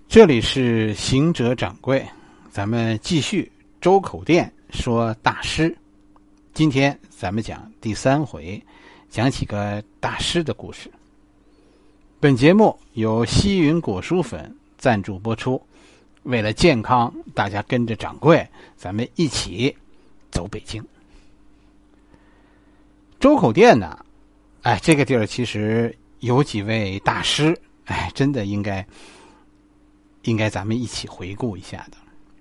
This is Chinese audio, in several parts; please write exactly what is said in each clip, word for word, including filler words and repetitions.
这里是行者掌柜，咱们继续周口店说大师。今天咱们讲第三回，讲几个大师的故事。本节目由西云果蔬粉赞助播出。为了健康，大家跟着掌柜，咱们一起走北京。周口店呢，哎，这个地儿其实有几位大师，哎，真的应该。应该咱们一起回顾一下的。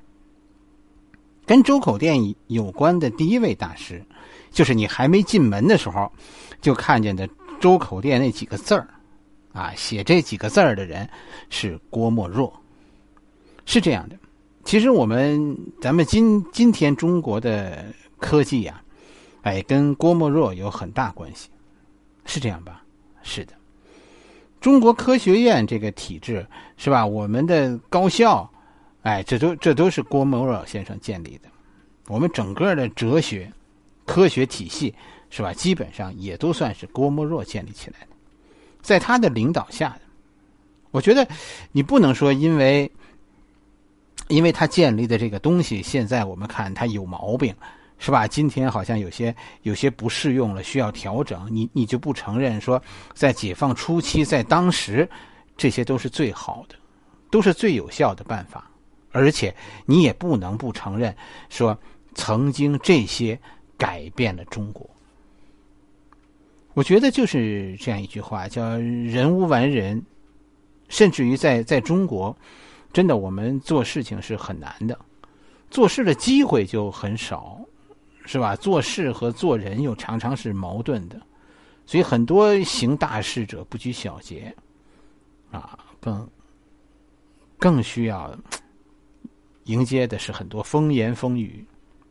跟周口店有关的第一位大师，就是你还没进门的时候就看见的周口店那几个字儿啊，写这几个字儿的人是郭沫若。是这样的，其实我们咱们今今天中国的科技啊，哎，跟郭沫若有很大关系，是这样吧？是的。中国科学院这个体制是吧？我们的高校，哎，这都这都是郭沫若先生建立的。我们整个的哲学、科学体系是吧？基本上也都算是郭沫若建立起来的，在他的领导下的。我觉得你不能说因为因为他建立的这个东西，现在我们看他有毛病。是吧？今天好像有些有些不适用了，需要调整。你你就不承认说，在解放初期，在当时，这些都是最好的，都是最有效的办法。而且你也不能不承认说，曾经这些改变了中国。我觉得就是这样一句话，叫“人无完人”，甚至于在在中国，真的我们做事情是很难的，做事的机会就很少。是吧？做事和做人又常常是矛盾的，所以很多行大事者不拘小节，啊，更更需要迎接的是很多风言风语。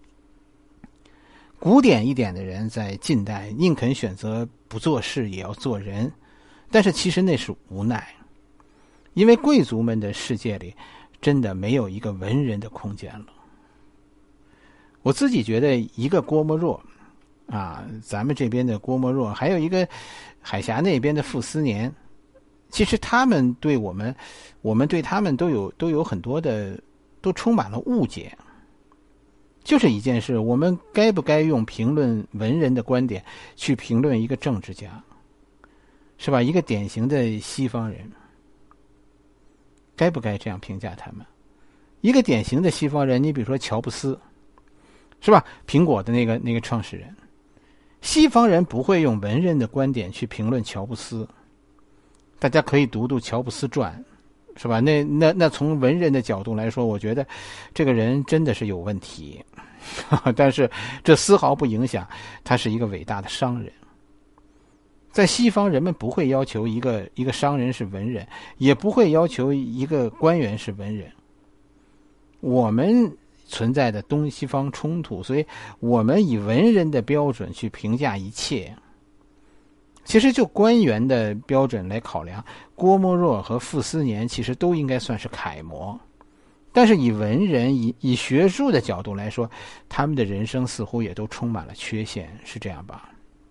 古典一点的人在近代宁肯选择不做事也要做人，但是其实那是无奈，因为贵族们的世界里真的没有一个文人的空间了。我自己觉得一个郭沫若啊，咱们这边的郭沫若，还有一个海峡那边的傅斯年，其实他们对我们我们对他们都有都有很多的都充满了误解。就是一件事，我们该不该用评论文人的观点去评论一个政治家，是吧？一个典型的西方人，该不该这样评价他们？一个典型的西方人，你比如说乔布斯，是吧？苹果的那个那个创始人，西方人不会用文人的观点去评论乔布斯。大家可以读读乔布斯传，是吧？那那那从文人的角度来说，我觉得这个人真的是有问题，但是这丝毫不影响他是一个伟大的商人。在西方，人们不会要求一个一个商人是文人，也不会要求一个官员是文人。我们存在的东西方冲突，所以我们以文人的标准去评价一切。其实就官员的标准来考量，郭沫若和傅斯年其实都应该算是楷模，但是以文人以以学术的角度来说，他们的人生似乎也都充满了缺陷，是这样吧？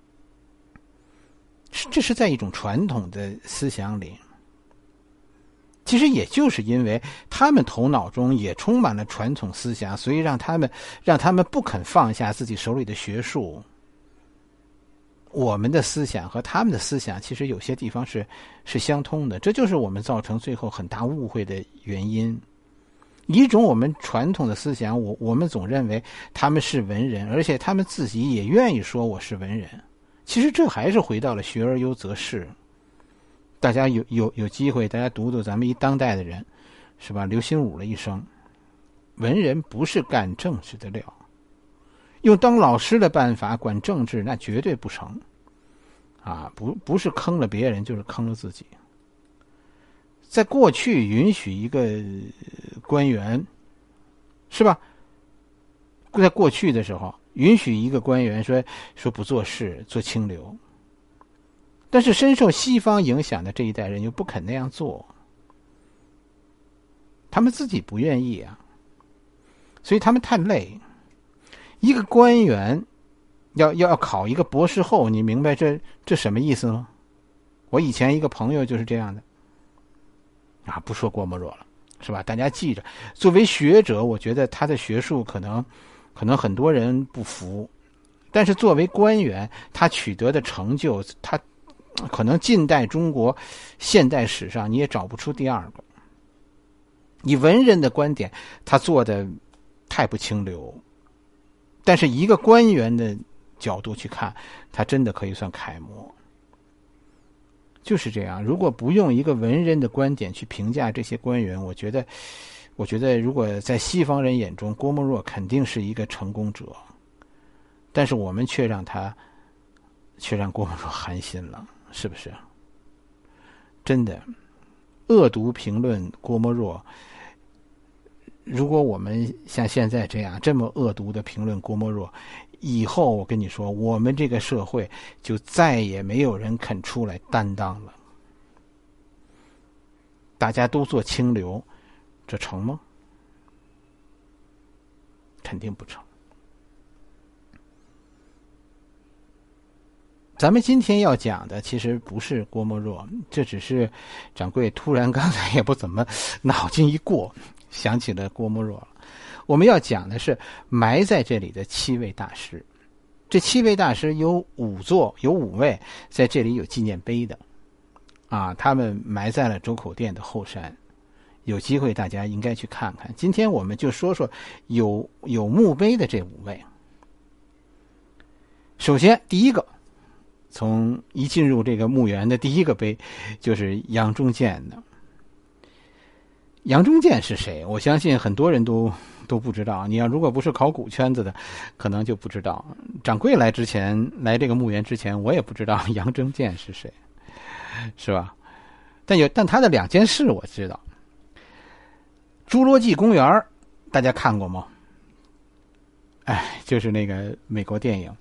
这是在一种传统的思想里。其实也就是因为他们头脑中也充满了传统思想，所以让他们让他们不肯放下自己手里的学术。我们的思想和他们的思想其实有些地方是是相通的，这就是我们造成最后很大误会的原因。一种我们传统的思想，我我们总认为他们是文人，而且他们自己也愿意说我是文人。其实这还是回到了学而优则仕。大家有有有机会，大家读读咱们一当代的人，是吧？刘心武的一生，文人不是干政治的料，用当老师的办法管政治，那绝对不成，啊，不不是坑了别人，就是坑了自己。在过去，允许一个官员，是吧？在过去的时候，允许一个官员说说不做事，做清流。但是深受西方影响的这一代人又不肯那样做，他们自己不愿意啊，所以他们太累。一个官员要要考一个博士后，你明白这这什么意思吗？我以前一个朋友就是这样的，啊，不说郭沫若了， 是吧？大家记着，作为学者，我觉得他的学术可能可能很多人不服，但是作为官员，他取得的成就，他可能近代中国现代史上你也找不出第二个。以文人的观点，他做的太不清流，但是一个官员的角度去看，他真的可以算楷模。就是这样，如果不用一个文人的观点去评价这些官员，我觉得我觉得如果在西方人眼中，郭沫若肯定是一个成功者，但是我们却让他却让郭沫若寒心了，是不是？真的恶毒评论郭沫若，如果我们像现在这样这么恶毒的评论郭沫若，以后我跟你说，我们这个社会就再也没有人肯出来担当了。大家都做清流，这成吗？肯定不成。咱们今天要讲的其实不是郭沫若，这只是掌柜突然刚才也不怎么脑筋一过，想起了郭沫若了。我们要讲的是埋在这里的七位大师，这七位大师有五座，有五位在这里有纪念碑的，啊，他们埋在了周口店的后山，有机会大家应该去看看。今天我们就说说有有墓碑的这五位。首先，第一个，从一进入这个墓园的第一个碑就是杨忠建的。杨忠建是谁？我相信很多人都都不知道。你要如果不是考古圈子的，可能就不知道。掌柜来之前，来这个墓园之前，我也不知道杨忠建是谁，是吧？但有，但他的两件事我知道。侏罗纪公园大家看过吗？哎，就是那个美国电影。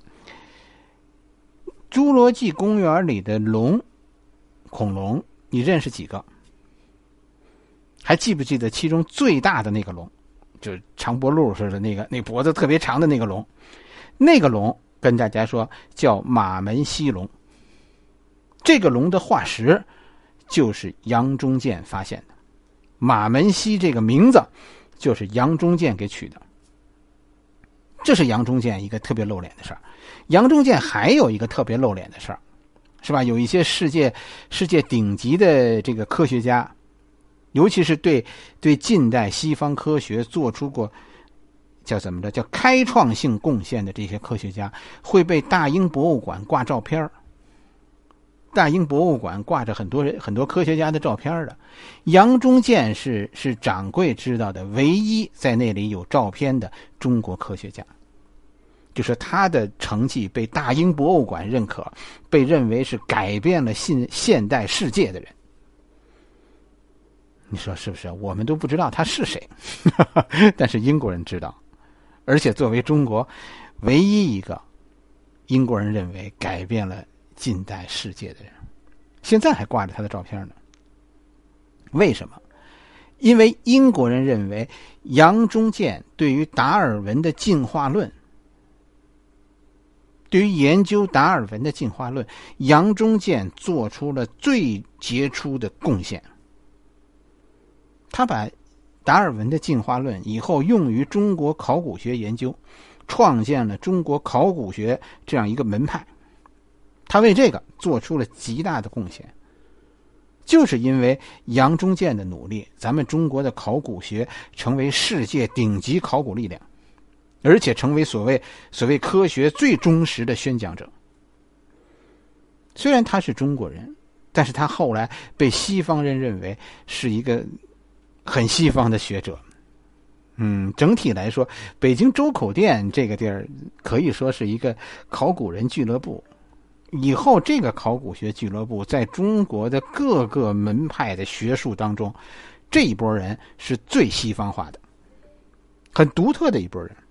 侏罗纪公园里的龙，恐龙，你认识几个？还记不记得其中最大的那个龙，就是长脖鹿似的那个，那脖子特别长的那个龙？那个龙跟大家说叫马门溪龙。这个龙的化石就是杨忠建发现的，马门溪这个名字就是杨忠建给取的。这是杨忠建一个特别露脸的事儿。杨忠建还有一个特别露脸的事儿，是吧？有一些世界世界顶级的这个科学家，尤其是对对近代西方科学做出过叫怎么着叫开创性贡献的这些科学家，会被大英博物馆挂照片。大英博物馆挂着很多人很多科学家的照片的。杨忠建是是掌柜知道的唯一在那里有照片的中国科学家，就是他的成绩被大英博物馆认可，被认为是改变了现现代世界的人。你说是不是？我们都不知道他是谁，但是英国人知道，而且作为中国唯一一个英国人认为改变了近代世界的人，现在还挂着他的照片呢。为什么？因为英国人认为杨忠建对于达尔文的进化论，对于研究达尔文的进化论，杨忠建做出了最杰出的贡献。他把达尔文的进化论以后用于中国考古学研究，创建了中国考古学这样一个门派。他为这个做出了极大的贡献。就是因为杨忠建的努力，咱们中国的考古学成为世界顶级考古力量，而且成为所谓所谓科学最忠实的宣讲者。虽然他是中国人，但是他后来被西方人认为是一个很西方的学者。嗯，整体来说，北京周口店这个地儿可以说是一个考古人俱乐部。以后这个考古学俱乐部在中国的各个门派的学术当中，这一波人是最西方化的，很独特的一波人。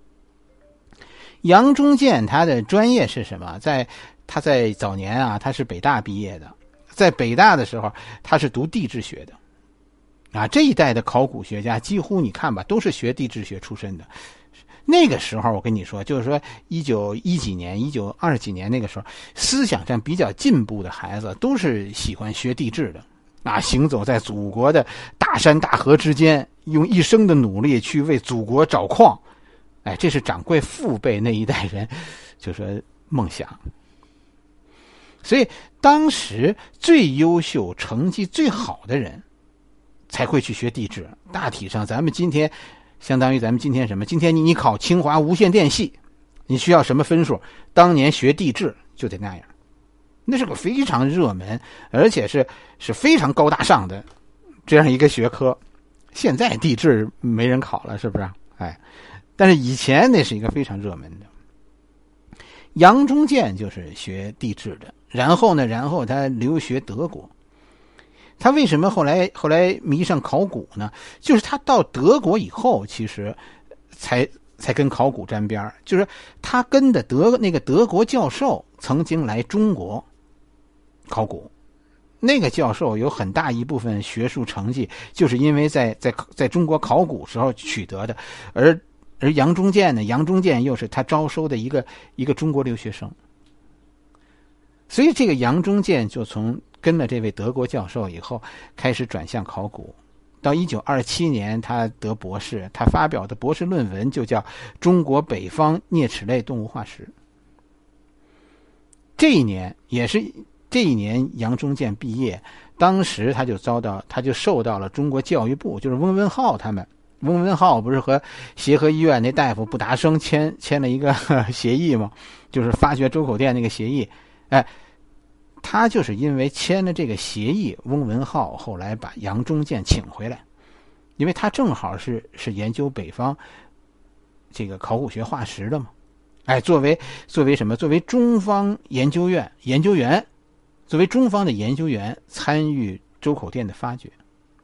杨忠建他的专业是什么？在他在早年啊，他是北大毕业的，在北大的时候他是读地质学的。啊，这一代的考古学家几乎你看吧，都是学地质学出身的。那个时候我跟你说，就是说一九一几年一九二几年那个时候，思想上比较进步的孩子都是喜欢学地质的， 啊，行走在祖国的大山大河之间，用一生的努力去为祖国找矿。哎，这是掌柜父辈那一代人就说梦想。所以当时最优秀成绩最好的人才会去学地质。大体上咱们今天相当于咱们今天什么，今天你你考清华无线电系，你需要什么分数，当年学地质就得那样。那是个非常热门而且是是非常高大上的这样一个学科。现在地质没人考了，是不是？哎，但是以前那是一个非常热门的。杨忠建就是学地质的，然后呢，然后他留学德国。他为什么后来后来迷上考古呢？就是他到德国以后，其实才才跟考古沾边。就是他跟的德那个德国教授曾经来中国考古，那个教授有很大一部分学术成绩就是因为在在在中国考古时候取得的，而而杨忠建呢，杨忠建又是他招收的一个一个中国留学生，所以这个杨忠建就从跟了这位德国教授以后，开始转向考古。到一九二七年，他得博士，他发表的博士论文就叫《中国北方啮齿类动物化石》。这一年也是。这一年杨忠建毕业，当时他就遭到他就受到了中国教育部，就是翁文浩他们，翁文浩不是和协和医院那大夫不达生签签了一个协议吗？就是发掘周口店那个协议。哎，他就是因为签了这个协议，翁文浩后来把杨忠建请回来，因为他正好是是研究北方这个考古学化石的嘛。哎，作为作为什么？作为中方研究院研究员。作为中方的研究员参与周口店的发掘。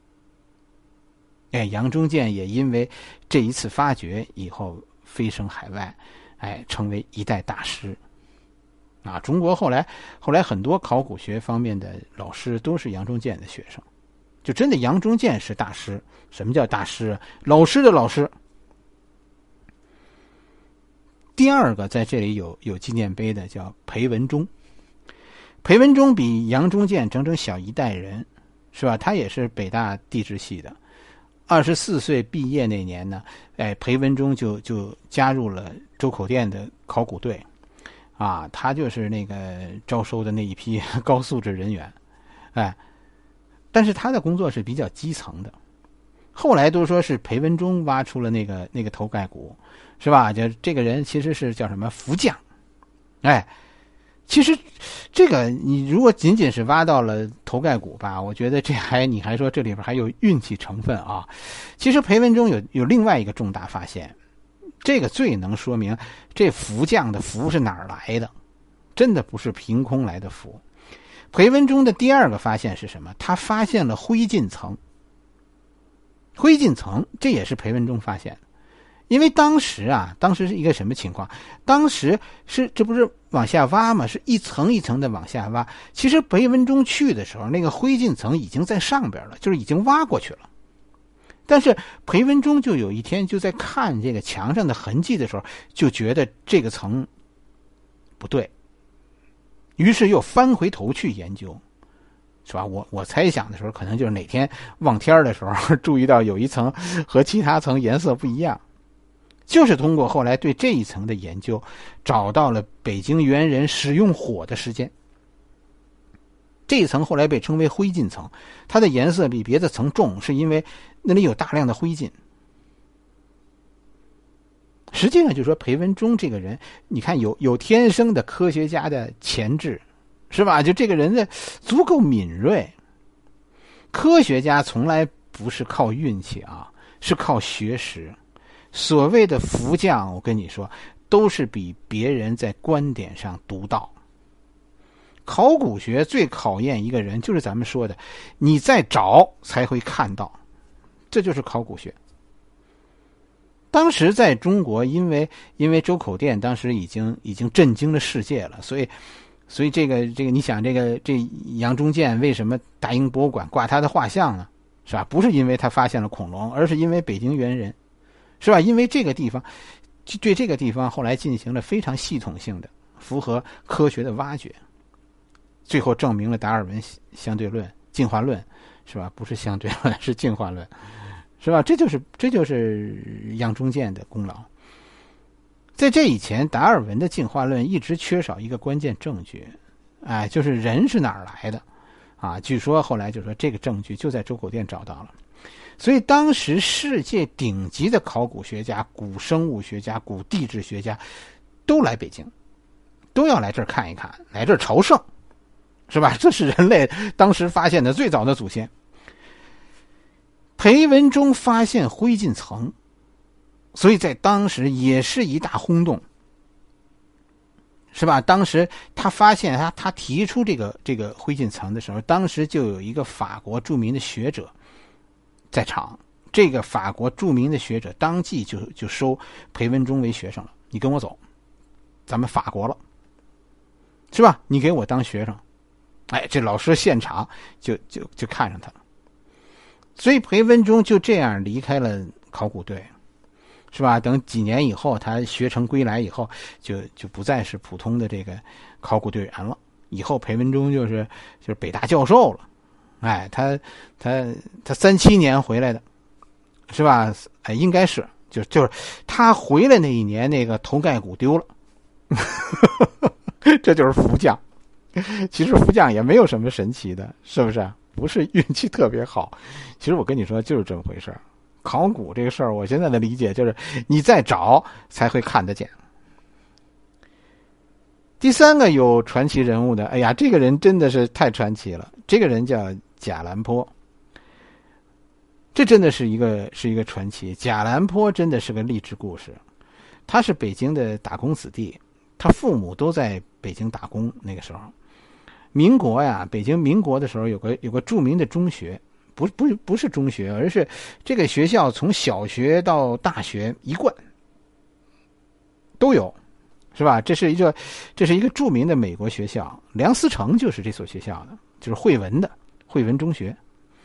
哎，杨忠建也因为这一次发掘以后飞升海外，哎，成为一代大师。啊，中国后来后来很多考古学方面的老师都是杨忠建的学生，就真的杨忠建是大师。什么叫大师？老师的老师。第二个在这里有有纪念碑的叫裴文中。裴文中比杨忠建整整小一代人，是吧？他也是北大地质系的。二十四岁毕业那年呢，哎，裴文中就就加入了周口店的考古队，啊，他就是那个招收的那一批高素质人员，哎，但是他的工作是比较基层的。后来都说是裴文中挖出了那个那个头盖骨，是吧？就这个人其实是叫什么福将，哎。其实这个你如果仅仅是挖到了头盖骨吧，我觉得这还你还说这里边还有运气成分啊。其实裴文中有有另外一个重大发现，这个最能说明这福将的福是哪儿来的，真的不是凭空来的福。裴文中的第二个发现是什么？他发现了灰烬层。灰烬层这也是裴文中发现的。因为当时啊，当时是一个什么情况？当时是这不是往下挖吗？是一层一层的往下挖。其实裴文中去的时候，那个灰烬层已经在上边了，就是已经挖过去了。但是裴文中就有一天就在看这个墙上的痕迹的时候，就觉得这个层不对，于是又翻回头去研究，是吧？我我猜想的时候，可能就是哪天望天的时候注意到有一层和其他层颜色不一样。就是通过后来对这一层的研究，找到了北京猿人使用火的时间。这一层后来被称为灰烬层，它的颜色比别的层重，是因为那里有大量的灰烬。实际上就是说，裴文中这个人，你看有有天生的科学家的潜质，是吧？就这个人的足够敏锐。科学家从来不是靠运气啊，是靠学识。所谓的福将，我跟你说，都是比别人在观点上独到。考古学最考验一个人，就是咱们说的，你在找才会看到，这就是考古学。当时在中国，因为因为周口店当时已经已经震惊了世界了，所以所以这个这个你想这个这杨忠建为什么大英博物馆挂他的画像呢？是吧？不是因为他发现了恐龙，而是因为北京猿人。是吧？因为这个地方，对这个地方后来进行了非常系统性的、符合科学的挖掘，最后证明了达尔文相对论、进化论， 是吧？不是相对论，是进化论，是吧？这就是这就是杨中健的功劳。在这以前，达尔文的进化论一直缺少一个关键证据，哎，就是人是哪儿来的啊？据说后来就说这个证据就在周口店找到了。所以当时世界顶级的考古学家、古生物学家、古地质学家都来北京，都要来这儿看一看，来这儿朝圣，是吧？这是人类当时发现的最早的祖先。裴文中发现灰烬层，所以在当时也是一大轰动，是吧？当时他发现他他提出这个这个灰烬层的时候，当时就有一个法国著名的学者在场，这个法国著名的学者当即就就收裴文中为学生了，你跟我走，咱们法国了，是吧？你给我当学生，哎，这老师现场就就就看上他了，所以裴文中就这样离开了考古队，是吧？等几年以后，他学成归来以后，就就不再是普通的这个考古队员了。以后裴文中就是就是北大教授了，哎，他他他三七年回来的，是吧？哎，应该是就就是他回来那一年，那个头盖骨丢了，这就是福将。其实福将也没有什么神奇的，是不是？不是运气特别好。其实我跟你说，就是这么回事。考古这个事儿，我现在的理解就是，你再找才会看得见。第三个有传奇人物的，哎呀，这个人真的是太传奇了。这个人叫贾兰坡，这真的是一个是一个传奇。贾兰坡真的是个励志故事。他是北京的打工子弟，他父母都在北京打工。那个时候，民国呀，北京民国的时候有个有个著名的中学。不不不是中学，而是这个学校从小学到大学一贯都有，是吧？这是一个这是一个著名的美国学校，梁思成就是这所学校的，就是惠文的惠文中学。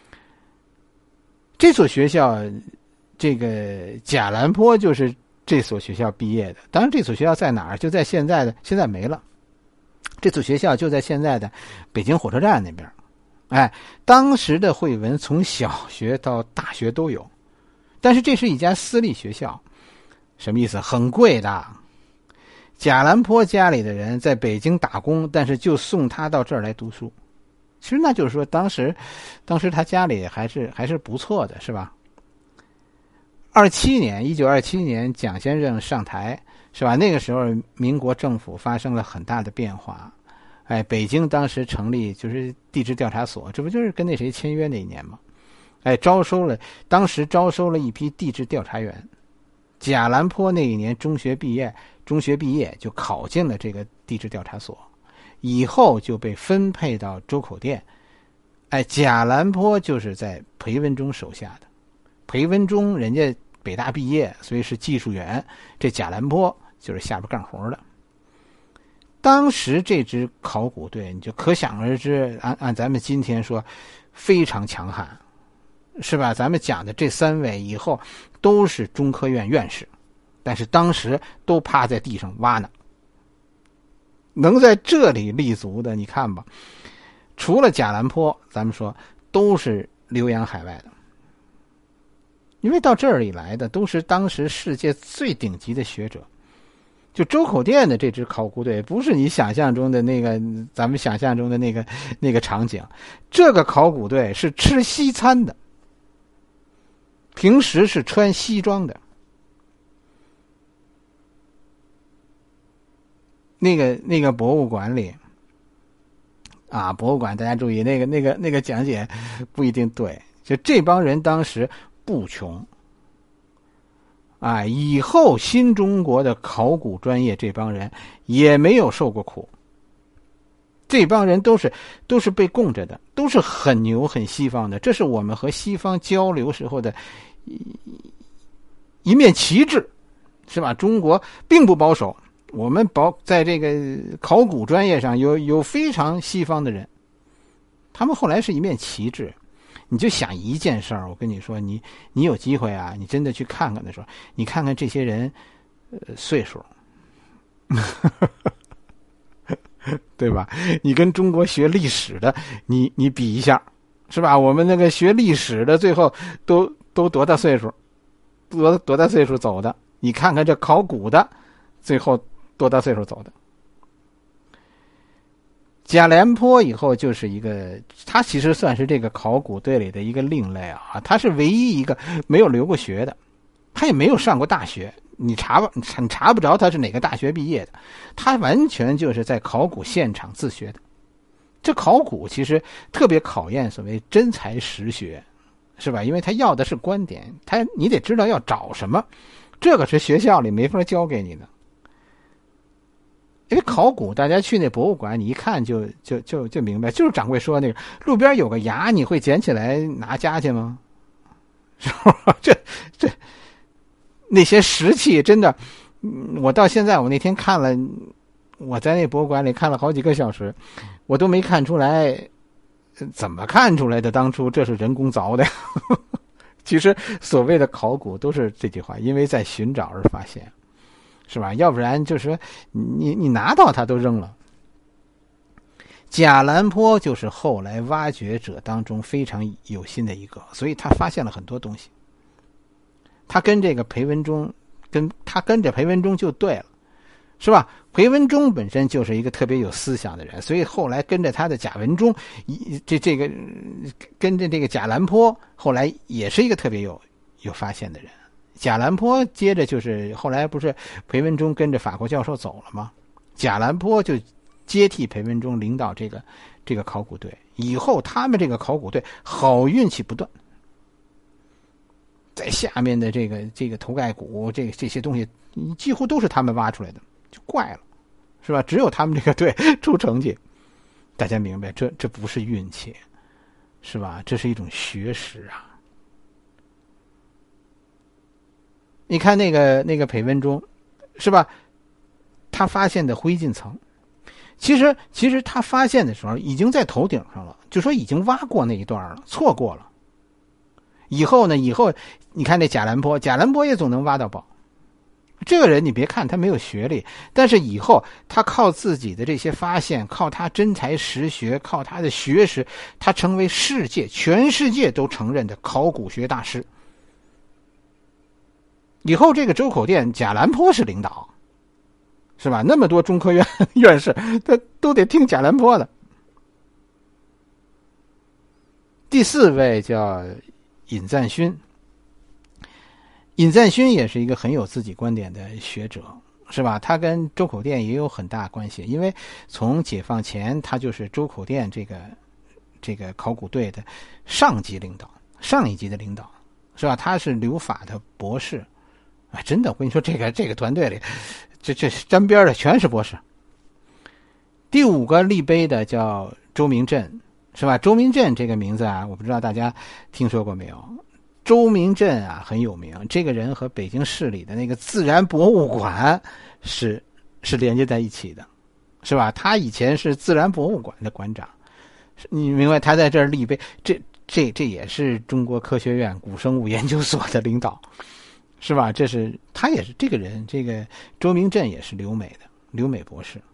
这所学校，这个贾兰坡就是这所学校毕业的。当然，这所学校在哪儿？就在现在的现在没了。这所学校就在现在的北京火车站那边。哎，当时的惠文从小学到大学都有，但是这是一家私立学校，什么意思？很贵的。贾兰坡家里的人在北京打工，但是就送他到这儿来读书。其实那就是说，当时，当时他家里还是还是不错的，是吧？二七年，一九二七年，蒋先生上台，是吧？那个时候，民国政府发生了很大的变化。哎，北京当时成立就是地质调查所，这不就是跟那谁签约那一年吗？哎，招收了，当时招收了一批地质调查员。贾兰坡那一年中学毕业，中学毕业就考进了这个地质调查所，以后就被分配到周口店。哎，贾兰坡就是在裴文中手下的，裴文中人家北大毕业，所以是技术员，这贾兰坡就是下边干活的。当时这支考古队，你就可想而知，按按咱们今天说，非常强悍，是吧？咱们讲的这三位以后都是中科院院士，但是当时都趴在地上挖呢。能在这里立足的，你看吧，除了贾兰坡，咱们说都是留洋海外的，因为到这里来的都是当时世界最顶级的学者。就周口店的这支考古队，不是你想象中的那个，咱们想象中的那个那个场景。这个考古队是吃西餐的，平时是穿西装的。那个那个博物馆里，啊，博物馆大家注意，那个那个那个讲解不一定对。就这帮人当时不穷。啊，以后新中国的考古专业这帮人也没有受过苦，这帮人都是都是被供着的，都是很牛很西方的，这是我们和西方交流时候的一一面旗帜，是吧？中国并不保守，我们保在这个考古专业上有有非常西方的人，他们后来是一面旗帜。你就想一件事儿，我跟你说，你你有机会啊，你真的去看看的时候，你看看这些人，呃，岁数，对吧？你跟中国学历史的，你你比一下， 是吧？我们那个学历史的，最后都都多大岁数？多多大岁数走的？你看看这考古的，最后多大岁数走的？贾廉颇以后就是一个，他其实算是这个考古队里的一个另类啊，他是唯一一个没有留过学的，他也没有上过大学，你查不你查不着他是哪个大学毕业的，他完全就是在考古现场自学的。这考古其实特别考验所谓真才实学，是吧？因为他要的是观点，他你得知道要找什么，这个是学校里没法教给你的。因为考古，大家去那博物馆，你一看就就就就明白，就是掌柜说那个路边有个牙，你会捡起来拿家去吗？是吧？这这那些石器真的，我到现在我那天看了，我在那博物馆里看了好几个小时，我都没看出来，怎么看出来的？当初这是人工凿的。其实所谓的考古都是这句话，因为在寻找而发现。是吧？要不然就是说你你拿到它都扔了。贾兰坡就是后来挖掘者当中非常有心的一个，所以他发现了很多东西。他跟这个裴文中，跟他跟着裴文中就对了，是吧？裴文中本身就是一个特别有思想的人，所以后来跟着他的贾文中，这这个跟着这个贾兰坡，后来也是一个特别有有发现的人。贾兰坡接着就是后来不是裴文中跟着法国教授走了吗？贾兰坡就接替裴文中领导这个这个考古队，以后他们这个考古队好运气不断，在下面的这个这个头盖骨这个这些东西几乎都是他们挖出来的，就怪了，是吧？只有他们这个队出成绩，大家明白这这不是运气，是吧？这是一种学识啊。你看那个那个裴文中，是吧？他发现的灰烬层，其实其实他发现的时候已经在头顶上了，就说已经挖过那一段了，错过了。以后呢？以后你看这贾兰坡，贾兰坡也总能挖到宝。这个人你别看他没有学历，但是以后他靠自己的这些发现，靠他真才实学，靠他的学识，他成为世界全世界都承认的考古学大师。以后这个周口店贾兰坡是领导，是吧？那么多中科院院士，他都得听贾兰坡的。第四位叫尹赞勋，尹赞勋也是一个很有自己观点的学者，是吧？他跟周口店也有很大关系，因为从解放前，他就是周口店这个这个考古队的上级领导，上一级的领导，是吧？他是留法的博士。啊，真的，我跟你说，这个这个团队里，这这沾边的全是博士。第五个立碑的叫周明镇，是吧？周明镇这个名字啊，我不知道大家听说过没有？周明镇啊很有名，这个人和北京市里的那个自然博物馆是是连接在一起的，是吧？他以前是自然博物馆的馆长，你明白？他在这儿立碑，这这这也是中国科学院古生物研究所的领导。是吧？这是他也是这个人，这个周明镇也是留美的，留美博士。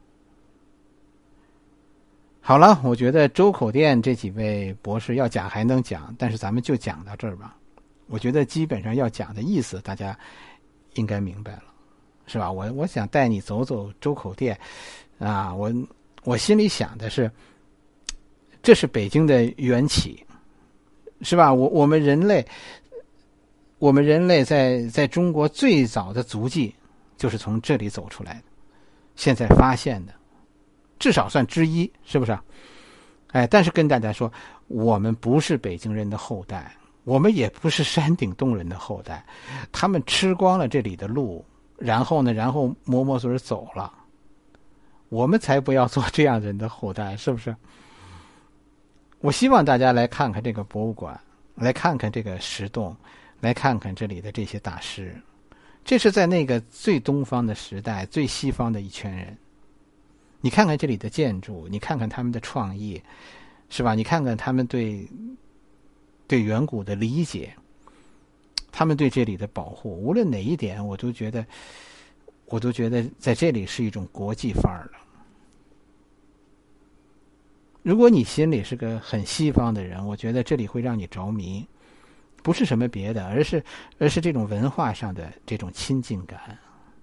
好了，我觉得周口店这几位博士要讲还能讲，但是咱们就讲到这儿吧。我觉得基本上要讲的意思大家应该明白了，是吧？我我想带你走走周口店啊，我我心里想的是，这是北京的缘起，是吧？我我们人类。我们人类在在中国最早的足迹就是从这里走出来的，现在发现的，至少算之一，是不是？哎，但是跟大家说，我们不是北京人的后代，我们也不是山顶洞人的后代，他们吃光了这里的路，然后呢，然后摸摸嘴走了，我们才不要做这样人的后代，是不是？我希望大家来看看这个博物馆，来看看这个石洞。来看看这里的这些大师，这是在那个最东方的时代，最西方的一群人。你看看这里的建筑，你看看他们的创意，是吧？你看看他们对对远古的理解，他们对这里的保护，无论哪一点，我都觉得，我都觉得在这里是一种国际范儿了。 如果你心里是个很西方的人，我觉得这里会让你着迷，不是什么别的，而是而是这种文化上的这种亲近感。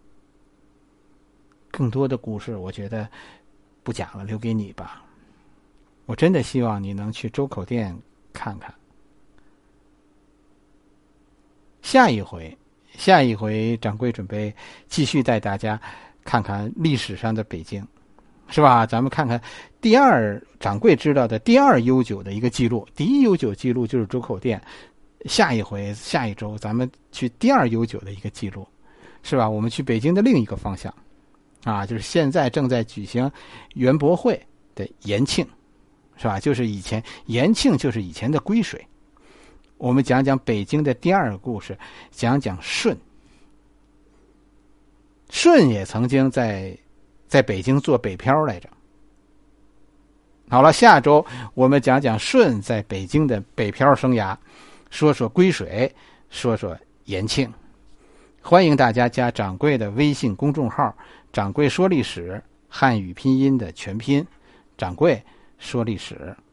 更多的故事我觉得不讲了，留给你吧。我真的希望你能去周口店看看。下一回下一回掌柜准备继续带大家看看历史上的北京，是吧？咱们看看第二掌柜知道的第二悠久的一个记录，第一悠久记录就是周口店。下一回下一周咱们去第二悠久的一个记录，是吧？我们去北京的另一个方向啊，就是现在正在举行园博会的延庆，是吧？就是以前延庆就是以前的归水。我们讲讲北京的第二个故事，讲讲舜。舜也曾经在在北京做北漂来着。好了，下周我们讲讲舜在北京的北漂生涯，说说归水，说说延庆。欢迎大家加掌柜的微信公众号掌柜说历史，汉语拼音的全拼，掌柜说历史。